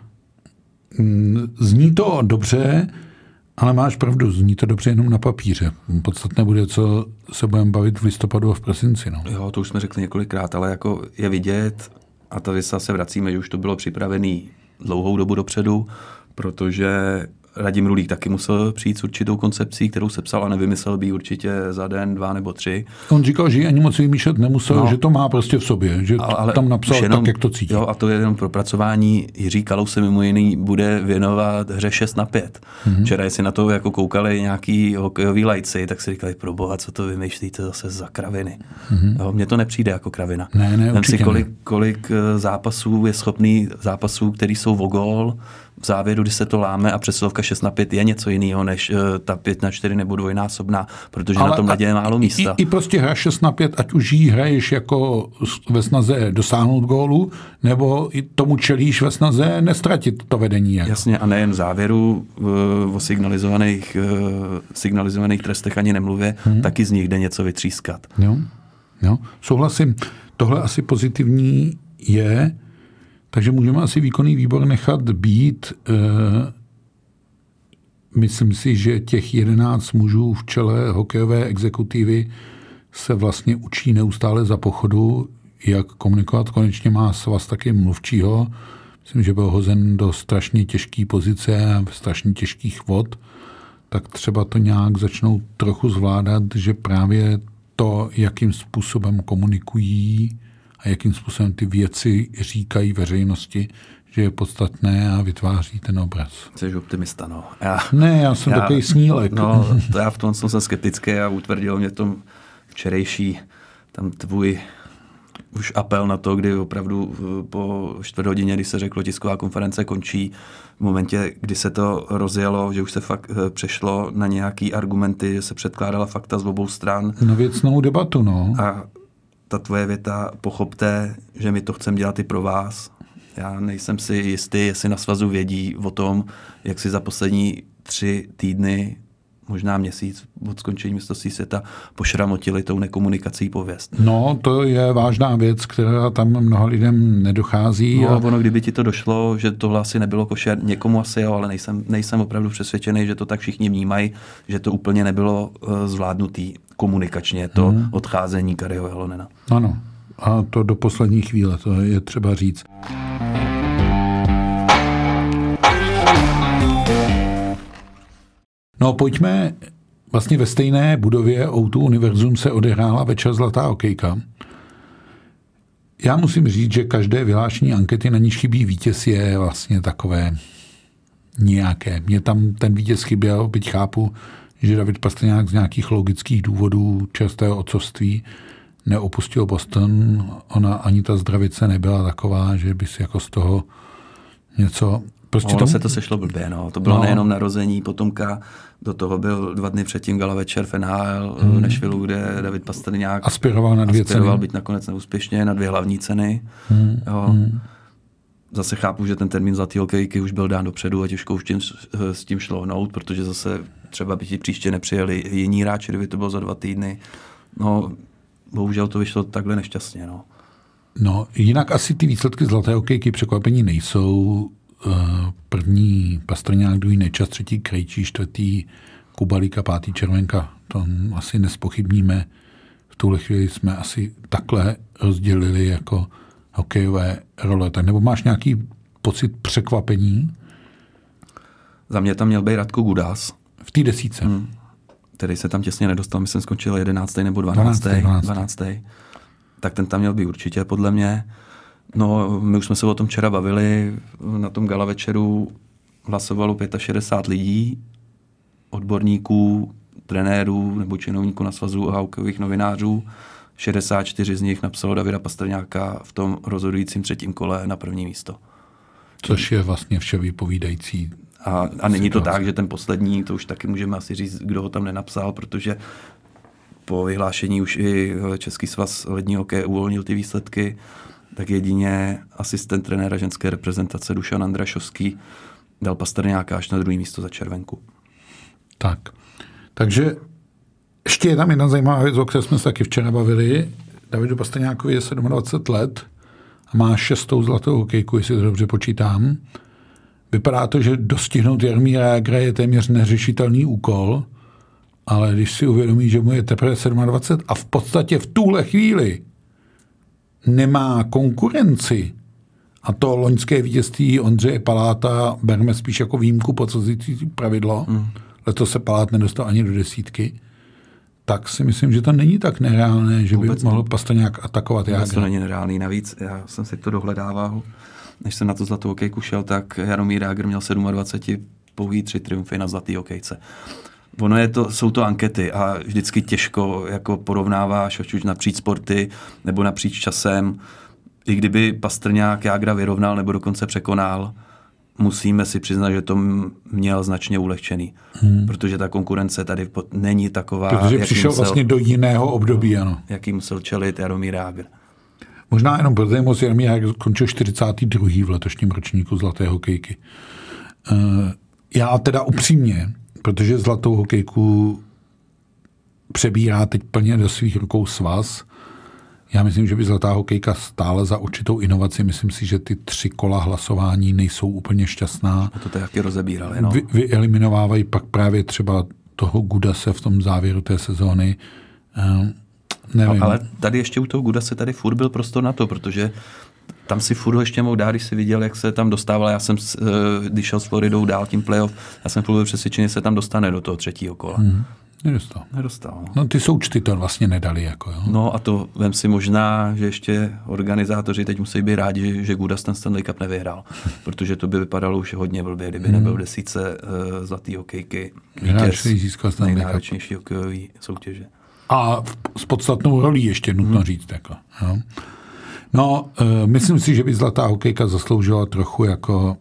Zní to dobře, ale máš pravdu, zní to dobře jenom na papíře. Podstatné bude, co se budeme bavit v listopadu a v prosinci. No. Jo, to už jsme řekli několikrát, ale jako je vidět, a tady se vracíme, že už to bylo připravený dlouhou dobu dopředu, protože Radim Rulík taky musel přijít s určitou koncepcí, kterou sepsal a nevymyslel by určitě za den, dva nebo tři. On říkal, že ani moc vymýšlet nemusel, no, že to má prostě v sobě, že ale, ale tam napsal jenom, tak, jak to cítí. Jo, a to je jenom propracování. Jiří Kalous se mimo jiný bude věnovat hře šest na pět. Mm-hmm. Včera, jestli na to jako koukali nějaký hokejový lajci, tak si říkali, proboha, co to vymýšlíte zase za kraviny. Mm-hmm. Jo, mně to nepřijde jako kravina. Ne, ne, Vem si, kolik, kolik zápasů je schopný zápasů, který jsou o gól, v závěru, když se to láme a přesilovka šest na pět je něco jiného než uh, ta pět na čtyři nebo dvojnásobná, protože ale na tom ledě je málo místa. I, i prostě hra šest na pět, ať už jí hraješ jako ve snaze dosáhnout gólu, nebo i tomu čelíš ve snaze nestratit to vedení. Jako. Jasně, a nejen v závěru uh, o signalizovaných, uh, signalizovaných trestech ani nemluvě, hmm. taky z nich jde něco vytřískat. Jo, jo, souhlasím. Tohle asi pozitivní je. Takže můžeme asi výkonný výbor nechat být. E, myslím si, že těch jedenáct mužů v čele hokejové exekutivy se vlastně učí neustále za pochodu, jak komunikovat. Konečně má svaz taky mluvčího. Myslím, že byl hozen do strašně těžké pozice a strašně těžkých vod. Tak třeba to nějak začnou trochu zvládat, že právě to, jakým způsobem komunikují a jakým způsobem ty věci říkají veřejnosti, že je podstatné a vytváří ten obraz. Jsi optimista, no. Já, ne, já jsem já, takový snílek. No, to já v tom jsem skeptický a utvrdilo mě tom včerejší tam tvůj už apel na to, kdy opravdu po čtvrt hodině, když se řeklo, tisková konference končí, v momentě, kdy se to rozjelo, že už se fakt přešlo na nějaký argumenty, že se předkládala fakta z obou stran. Na věcnou debatu, no. A ta tvoje věta, pochopte, že my to chceme dělat i pro vás. Já nejsem si jistý, jestli na svazu vědí o tom, jak si za poslední tři týdny, možná měsíc od skončení mistrovství světa pošramotili tou nekomunikací pověst. No, to je vážná věc, která tam mnoha lidem nedochází. No, a... ono, kdyby ti to došlo, že tohle asi nebylo košer, někomu asi jo, ale nejsem, nejsem opravdu přesvědčený, že to tak všichni vnímají, že to úplně nebylo uh, zvládnutý komunikačně, to hmm. odcházení Kariho Jalonena. Ano, a to do poslední chvíle, to je třeba říct. No pojďme, vlastně ve stejné budově ó dva Univerzum se odehrála večer Zlatá hokejka. já musím říct, že každé vyhlášení ankety, na níž chybí vítěz, je vlastně takové nějaké. Mně tam ten vítěz chyběl, byť chápu, že David Pastrňák z nějakých logických důvodů čerstvého otcovství neopustil Boston. Ona ani ta zdravice nebyla taková, že by si jako z toho něco... Prostě ono tomu... se to sešlo blbě, no. To bylo no. nejenom narození potomka, do toho byl dva dny předtím gala večer v N H L hmm. v Nashvilleu, kde David Pastrňák aspiroval na dvě aspiroval ceny. Byť nakonec neúspěšně na dvě hlavní ceny. Hmm. Jo. Hmm. Zase chápu, že ten termín zlatý hokejky už byl dán dopředu a těžko už tím, s tím šlo hnout, protože zase třeba by ti příště nepřijeli jiní hráči, kdyby to bylo za dva týdny. No, bohužel to vyšlo takhle nešťastně, no. No, jinak asi ty výsledky zlaté hokejky překvapení nejsou. První Pastrňák, druhý Nečas, třetí Krejčí, čtvrtý Kubalík a pátý Červenka. To asi nespochybníme. V tuhle chvíli jsme asi takhle rozdělili jako hokejové role. Tak nebo máš nějaký pocit překvapení? Za mě tam měl být Radko Gudas. V té desíce. Hmm. Který se tam těsně nedostal, myslím, skončil jedenáctý nebo dvanáctý. dvanáctý. Tak ten tam měl být určitě, podle mě. No, my už jsme se o tom včera bavili. Na tom gala večeru hlasovalo šedesát pět lidí, odborníků, trenérů nebo činovníků na svazu a hokejových novinářů. šedesát čtyři z nich napsalo Davida Pastrňáka v tom rozhodujícím třetím kole na první místo. Což je vlastně vše vypovídající. A, a není to tak, že ten poslední, to už taky můžeme asi říct, kdo ho tam nenapsal, protože po vyhlášení už i Český svaz ledního hokeje uvolnil ty výsledky, tak jedině asistent trenéra ženské reprezentace Dušan Andrašovský dal Pastrňáka až na druhé místo za Červenku. Tak. Takže ještě je tam jedna zajímavá věc, o které jsme se taky včera bavili. Davidu Pastrňákovi je dvacet sedm let a má šestou zlatou hokejku, jestli to dobře počítám. Vypadá to, že dostihnout Jaromíra Jágra je téměř neřešitelný úkol, ale když si uvědomí, že mu je teprve dvacet sedm a v podstatě v tuhle chvíli nemá konkurenci, a to loňské vítězství Ondřeje Paláta berme spíš jako výjimku podsazující pravidlo, mm. letos se Palát nedostal ani do desítky, tak si myslím, že to není tak nereálné, že Vůbec by mohl Pastrňák atakovat Jágra. To není nereálný. Navíc já jsem si to dohledával, než jsem na tu zlatou hokejku šel, tak Jaromír Jágr měl dvacet sedm, pouhý tři triumfy na zlatý hokejce. Ono je to, jsou to ankety a vždycky těžko jako porovnáváš, ať už napříč sporty nebo napříč časem. I kdyby Pastrňák Jágra vyrovnal nebo dokonce překonal, musíme si přiznat, že to měl značně ulehčený. Hmm. Protože ta konkurence tady není taková, protože přišel musel, vlastně do jiného období, ano. Jaký musel čelit Jaromír Jágr. Možná jenom pro zajímavost, Jaromír Jágr skončil čtyřicátý druhý v letošním ročníku zlaté hokejky. Uh, já teda upřímně, protože zlatou hokejku přebírá teď plně do svých rukou svaz. Já myslím, že by zlatá hokejka stála za určitou inovaci. Myslím si, že ty tři kola hlasování nejsou úplně šťastná. A to taky rozebírali, no. Vy, vyeliminovávají pak právě třeba toho Gudase v tom závěru té sezóny. Um, nevím. Ale tady ještě u toho Gudase tady furt byl prostor na to, protože tam si furt ještě mohl dát, když si viděl, jak se tam dostával. Já jsem, když šel s Floridou dál tím playoff, já jsem furt byl přesvědčený, že se tam dostane do toho třetího kola. Hmm. Nedostal. Nedostal. No ty součty to vlastně nedali. Jako, jo. No a to vem si možná, že ještě organizátoři teď musí být rádi, že Gudas ten Stanley Cup nevyhrál, protože to by vypadalo už hodně blbě, kdyby hmm. nebyl v desítce uh, zlatý hokejky. Vítěz nejnáročnější hokejový soutěže. A s podstatnou rolí ještě nutno hmm. říct. Jako, jo. No, uh, myslím si, že by zlatá hokejka zasloužila trochu jako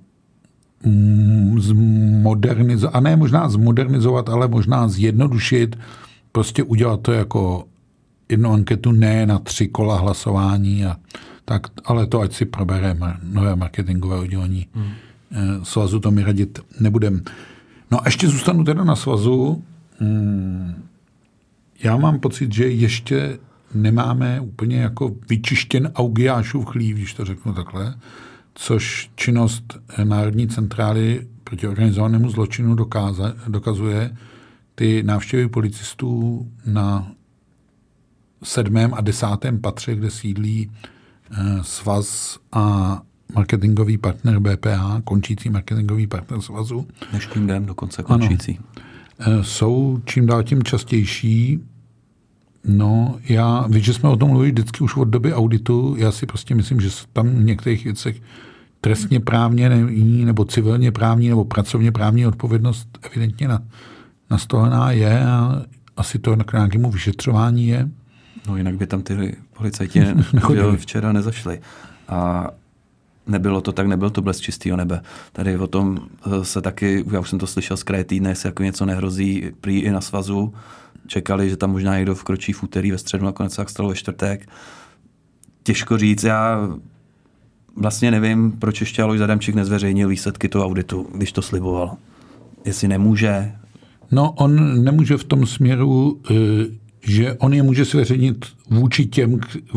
zmodernizovat, a ne možná zmodernizovat, ale možná zjednodušit, prostě udělat to jako jednu anketu, ne na tři kola hlasování, a tak, ale to ať si probere nové marketingové oddělení. Hmm. Svazu to mi radit nebudem. No a ještě zůstanu teda na svazu. Já mám pocit, že ještě nemáme úplně jako vyčištěn Augiášův chlív, když to řeknu takhle, což činnost Národní centrály proti organizovanému zločinu dokáza, dokazuje. Ty návštěvy policistů na sedmém a desátém patře, kde sídlí eh, svaz a marketingový partner B P A, končící marketingový partner svazu. Dnešním dnem dokonce končící. Ano, eh, jsou čím dál tím častější. No, já, víš, že jsme o tom mluvili vždycky už od doby auditu, já si prostě myslím, že tam v některých věcech trestně právně nebo civilně právní nebo pracovně právní odpovědnost evidentně nastolená je a asi to k nějakému vyšetřování je. No jinak by tam ty policajti ne, včera nezašli. A nebylo to tak, nebyl to blesk čistýho nebe. Tady o tom se taky, já už jsem to slyšel z kraje týdne, jestli jako něco nehrozí prý i na svazu. Čekali, že tam možná někdo vkročí v úterý, ve středu, nakonec tak stalo ve čtvrtek. Těžko říct, já vlastně nevím, proč ještě Alojz Adamčík nezveřejnil výsledky toho auditu, když to sliboval. Jestli nemůže. No, on nemůže v tom směru, že on je může zveřejnit vůči těm,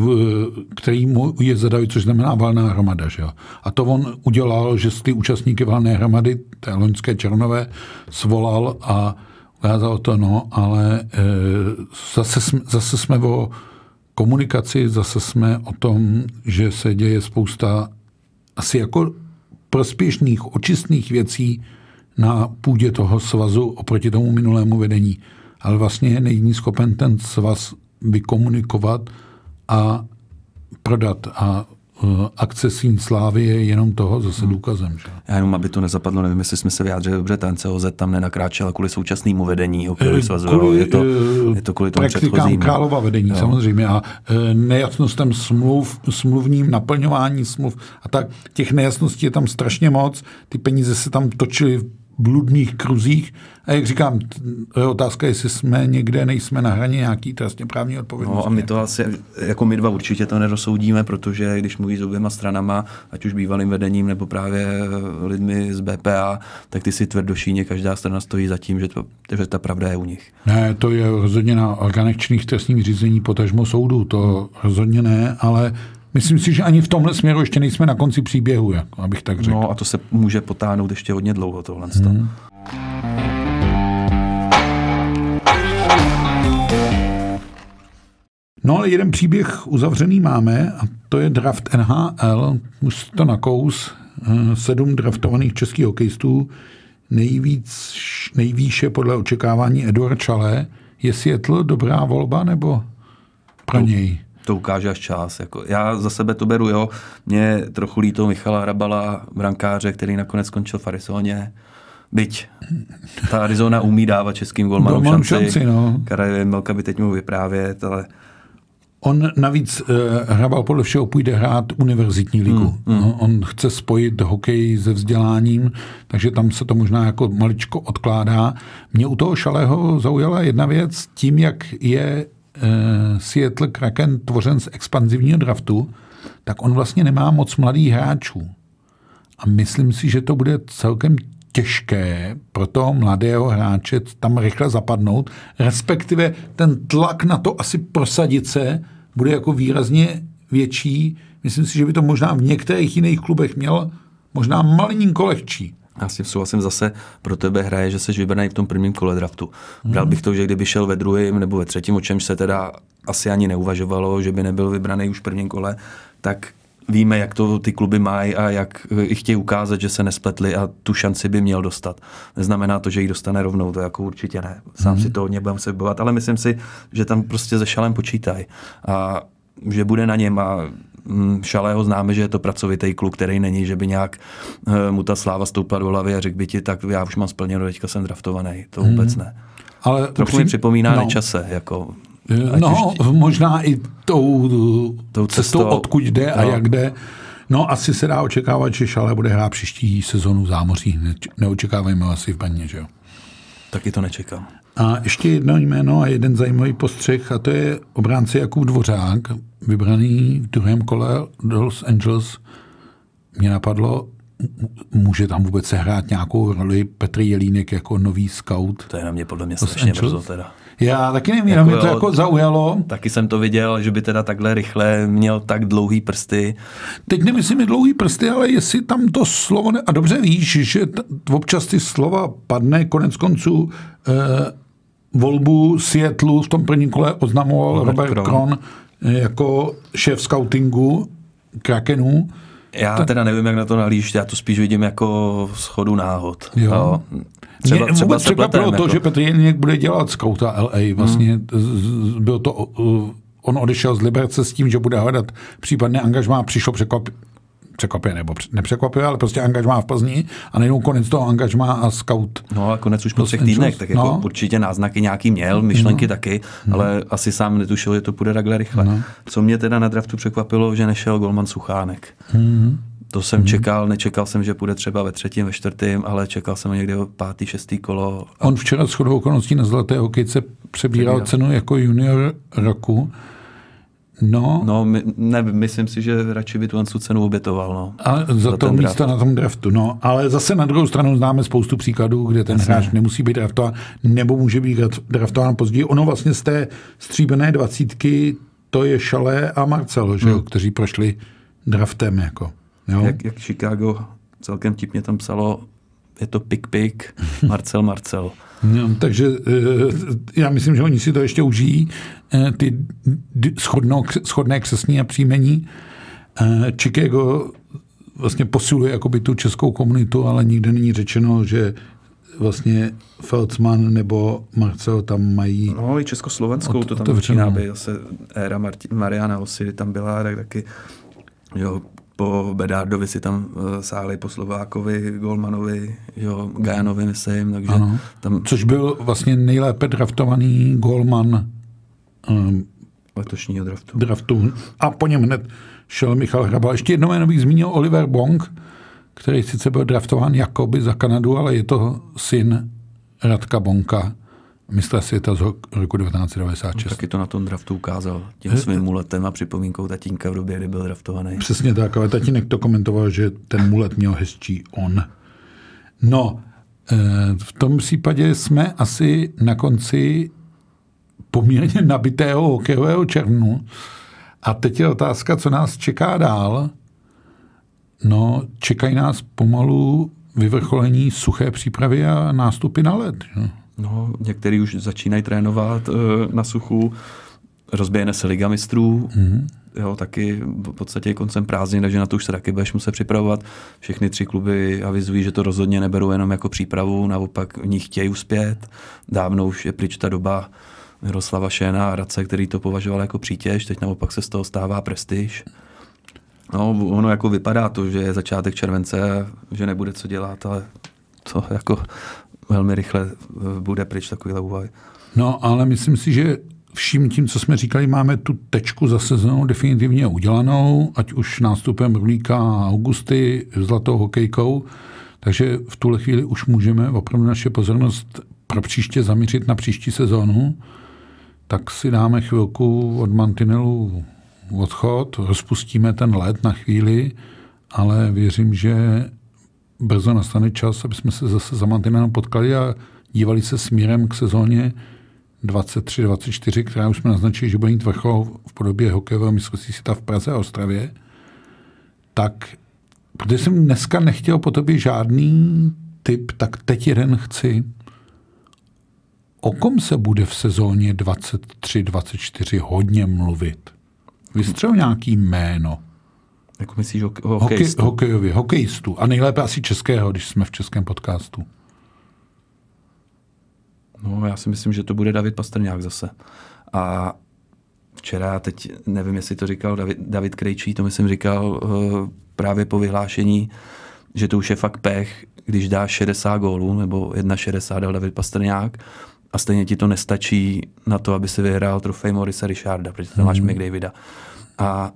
který mu je zadají, což znamená valná hromada. Že jo? A to on udělal, že ty účastníky valné hromady, té loňské červnové, svolal a ukázal to, no, ale e, zase, jsme, zase jsme o komunikaci, zase jsme o tom, že se děje spousta asi jako prospěšných, očistných věcí na půdě toho svazu oproti tomu minulému vedení. Ale vlastně není schopen ten svaz vykomunikovat a prodat. A uh, akce Síň slávy je jenom toho zase důkazem. Že? Já jenom, aby to nezapadlo, nevím, jestli jsme se vyjádřili dobře, ta N C O Z tam nenakráčela kvůli současnému vedení hokejového svazu. Kvůli, je, to, je to kvůli tomu předchozímu. Králova vedení, jo. Samozřejmě. A e, nejasnostem smluv, smluvním naplňování smluv. A tak těch nejasností je tam strašně moc. Ty peníze se tam točily v bludných kruzích. A jak říkám, je otázka, jestli jsme někde, nejsme na hraně nějaký trestně právní odpovědnosti. No a my to asi, jako my dva určitě to nerozsoudíme, protože když mluví s oběma stranama, ať už bývalým vedením nebo právě lidmi z B P A, tak ty si tvrdošíně, každá strana stojí za tím, že, to, že ta pravda je u nich. Ne, to je rozhodně na orgánech činných trestních řízení, potažmo soudu, to rozhodně ne, ale myslím si, že ani v tomhle směru ještě nejsme na konci příběhu, jako, abych tak řekl. No a to se může potáhnout ještě hodně dlouho tohle. Hmm. No ale jeden příběh uzavřený máme a to je draft N H L. Už to nakous. Sedm draftovaných českých hokejistů. Nejvíc, nejvýše podle očekávání Eduard Šalé. Je Seattle dobrá volba nebo pro to, něj? To ukáže až čas. Jako já za sebe to beru, jo. Mě trochu líto Michala Hrabala, brankáře, který nakonec skončil v Arizoně. Byť ta Arizona umí dávat českým golmanům šanci. šanci no. Karel Melka by teď mohl vyprávět, ale on navíc uh, Hrabal podle všeho půjde hrát univerzitní ligu. Hmm, hmm. No, on chce spojit hokej se vzděláním, takže tam se to možná jako maličko odkládá. Mě u toho Šalého zaujala jedna věc, tím, jak je uh, Seattle Kraken tvořen z expanzivního draftu, tak on vlastně nemá moc mladých hráčů. A myslím si, že to bude celkem těžké pro toho mladého hráče tam rychle zapadnout, respektive ten tlak na to asi prosadit se bude jako výrazně větší. Myslím si, že by to možná v některých jiných klubech měl možná malinko lehčí. Já si souhlasím, zase pro tebe hraje, že jsi vybraný v tom prvním kole draftu. Bral bych to, že kdyby šel ve druhém nebo ve třetím, o čemž se teda asi ani neuvažovalo, že by nebyl vybraný už v prvním kole, tak víme, jak to ty kluby mají a jak i chtějí ukázat, že se nespletli a tu šanci by měl dostat. Neznamená to, že ji dostane rovnou, to jako určitě ne. Sám mm. si to hodně budeme se bojovat, ale myslím si, že tam prostě se Šalem počítají. A že bude na něm a Šalého známe, že je to pracovitý kluk, který není, že by nějak mu ta sláva stoupla do hlavy a řekl by ti, tak já už mám splněno, teďka jsem draftovaný. To vůbec ne. Ale trochu upřím... mi připomíná no. Nečase, jako no, ještě... možná i tou, tou cestou, cestou, odkud jde no. a jak jde. No, asi se dá očekávat, že Šalé bude hrát příští sezonu v zámoří. Ne- neočekávejme asi v Brně, že jo? Taky to nečekám. A ještě jedno jméno a jeden zajímavý postřeh, a to je obránce Jakub Dvořák, vybraný v druhém kole do Los Angeles. Mě napadlo, může tam vůbec sehrát nějakou roli Petr Jelínek jako nový scout? To je na mě podle mě strašně brzo teda. Já taky nevím, jako mě to jako zaujalo. Taky jsem to viděl, že by teda takhle rychle měl tak dlouhý prsty. Teď nemyslím dlouhý prsty, ale jestli tam to slovo... Ne... A dobře víš, že t- občas ty slova padne, konec konců eh, volbu Seattleu v tom prvním kole oznamoval Robert, Robert Kron eh, jako šéf scoutingu Krakenu. Já to... teda nevím, jak na to nalíš, já to spíš vidím jako schodu náhod. Jo. Jo. Třeba, Mě třeba se pletem, to, jako... že Petr Jelínek bude dělat skauta L A. Vlastně hmm. byl to, on odešel z Liberce s tím, že bude hledat případné angažmá, přišlo překvap, překvapivě, nebo nepřekvapivě, ale prostě angažmá v Plzni a nejenom konec toho angažmá a skaut. No a konec už po třech týdnech, tak jako no. určitě náznaky nějaký měl, myšlenky no. taky, no. ale asi sám netušil, že to půjde takhle rychle. No. Co mě teda na draftu překvapilo, že nešel golman Suchánek. Hmm. To jsem hmm. čekal, nečekal jsem, že půjde třeba ve třetím, ve čtvrtým, ale čekal jsem někdy o pátý, šestý kolo. A... On včera shodou okolností na Zlaté hokejce přebíral, přebíral cenu jako junior roku. No, no my, ne, myslím si, že radši by tu cenu obětoval. No, a za, za to místo na tom draftu. No, ale zase na druhou stranu známe spoustu příkladů, kde ten Jasně. hráč nemusí být draftován, nebo může být draftován později. Ono vlastně z té stříbrné dvacítky to je Šalé a Marcel, že, hmm. kteří prošli draftem. Jako, jo? Jak, jak Chicago celkem tipně tam psalo, je to pik pik, Marcel Marcel. No, takže já myslím, že oni si to ještě užijí, ty shodno, shodné křestní a příjmení. Chicago vlastně posiluje jakoby tu českou komunitu, ale nikde není řečeno, že vlastně Feldsman nebo Marcel tam mají... No i československou to tam začíná být. Zase éra Marti, Mariana Osy tam byla, tak taky jo, po Bedárdovi si tam uh, sáli, po Slovákovi, Golmanovi, jo, Gajanovi, myslím, takže ano. tam... Což byl vlastně nejlépe draftovaný golman um, letošního draftu. draftu. A po něm hned šel Michal Hrabal. Ještě jednou jméno bych zmínil Oliver Bong, který sice byl draftován jakoby za Kanadu, ale je to syn Radka Bonka, mistra světa z roku devatenáct set devadesát šest. No, taky to na tom draftu ukázal tím svým muletem a připomínkou tatínka v době, kdy byl draftovaný. Přesně tak, ale tatínek to komentoval, že ten mulet měl hezčí on. No, v tom případě jsme asi na konci poměrně nabitého hokejového červnu a teď je otázka, co nás čeká dál. No, čekají nás pomalu vyvrcholení suché přípravy a nástupy na led. No. No, některý už začínají trénovat uh, na suchu, rozběhne se Liga mistrů, mm-hmm. jo, taky v podstatě koncem prázdnin, takže na to už se taky budeš muset připravovat. Všechny tři kluby avizují, že to rozhodně neberou jenom jako přípravu, naopak v ní chtějí uspět. Dávno už je pryč ta doba Miroslava Šéna a Radce, který to považoval jako přítěž, teď naopak se z toho stává prestiž. No, ono jako vypadá to, že je začátek července, že nebude co dělat, ale to jako velmi rychle bude pryč takovýhle úvahy. No, ale myslím si, že vším tím, co jsme říkali, máme tu tečku za sezónou definitivně udělanou, ať už nástupem Rulíka a Augusty, zlatou hokejkou, takže v tuhle chvíli už můžeme opravdu naše pozornost pro příště zaměřit na příští sezónu, tak si dáme chvilku od mantinelu odchod, rozpustíme ten led na chvíli, ale věřím, že brzo nastane čas, aby jsme se zase za mantinelem potkali a dívali se směrem k sezóně dvacet tři dvacet čtyři, která už jsme naznačili, že bude mít vrchol v podobě hokejového mistrovství světa v Praze a Ostravě. Tak, protože jsem dneska nechtěl po tobě žádný tip, tak teď jeden chci. O kom se bude v sezóně dvacet tři dvacet čtyři hodně mluvit? Vystřel nějaký jméno. Jako myslíš o, o hokejistu? Hokej, hokejově, hokejistu. A nejlépe asi českého, když jsme v českém podcastu. No, já si myslím, že to bude David Pastrňák zase. A včera, teď nevím, jestli to říkal David, David Krejčí, to myslím říkal uh, právě po vyhlášení, že to už je fakt pech, když dáš šedesát gólů, nebo šedesát jedna dal David Pastrňák, a stejně ti to nestačí na to, aby si vyhrál trofej Morisa Richarda, protože tam máš McDavida. A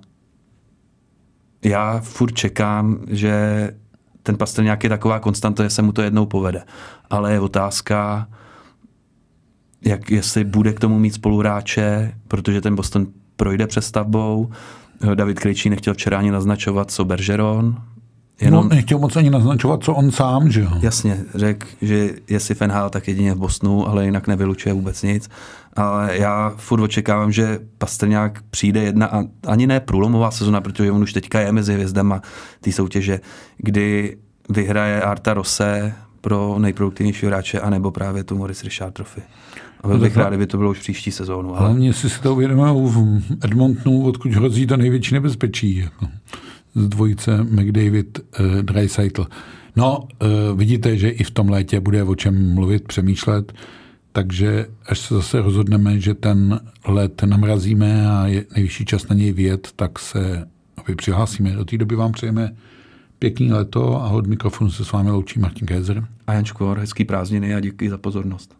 já furt čekám, že ten Pastrňák je taková konstanta, že se mu to jednou povede. Ale je otázka, jak, jestli bude k tomu mít spoluhráče, protože ten Boston projde přestavbou. David Krejčí nechtěl včera ani naznačovat, co Bergeron. Jenom... No, nechtěl moc ani naznačovat, co on sám, že jo? Jasně, řekl, že jestli F N H L, tak jedině v Bostonu, ale jinak nevylučuje vůbec nic. Ale já furt očekávám, že Pastrňák přijde jedna, a ani ne průlomová sezona, protože on už teďka je mezi hvězdama té soutěže, kdy vyhraje Arta Rose pro nejproduktivnější hráče, anebo právě tu Maurice Richard Trophy. Ale bych rád, kdyby to bylo už příští sezónu. Ale hlavně si si to uvědomují v Edmontonu, odkud hrozí to největší nebezpečí. Jako. z dvojice McDavid-Draisaitl. No, vidíte, že i v tom létě bude o čem mluvit, přemýšlet, takže až se zase rozhodneme, že ten let namrazíme a je nejvyšší čas na něj vyjet, tak se opět přihlásíme. Do té doby vám přejeme pěkný léto a od mikrofonu se s vámi loučí Martin Kézer. A Jan Škvor, hezký prázdniny a díky za pozornost.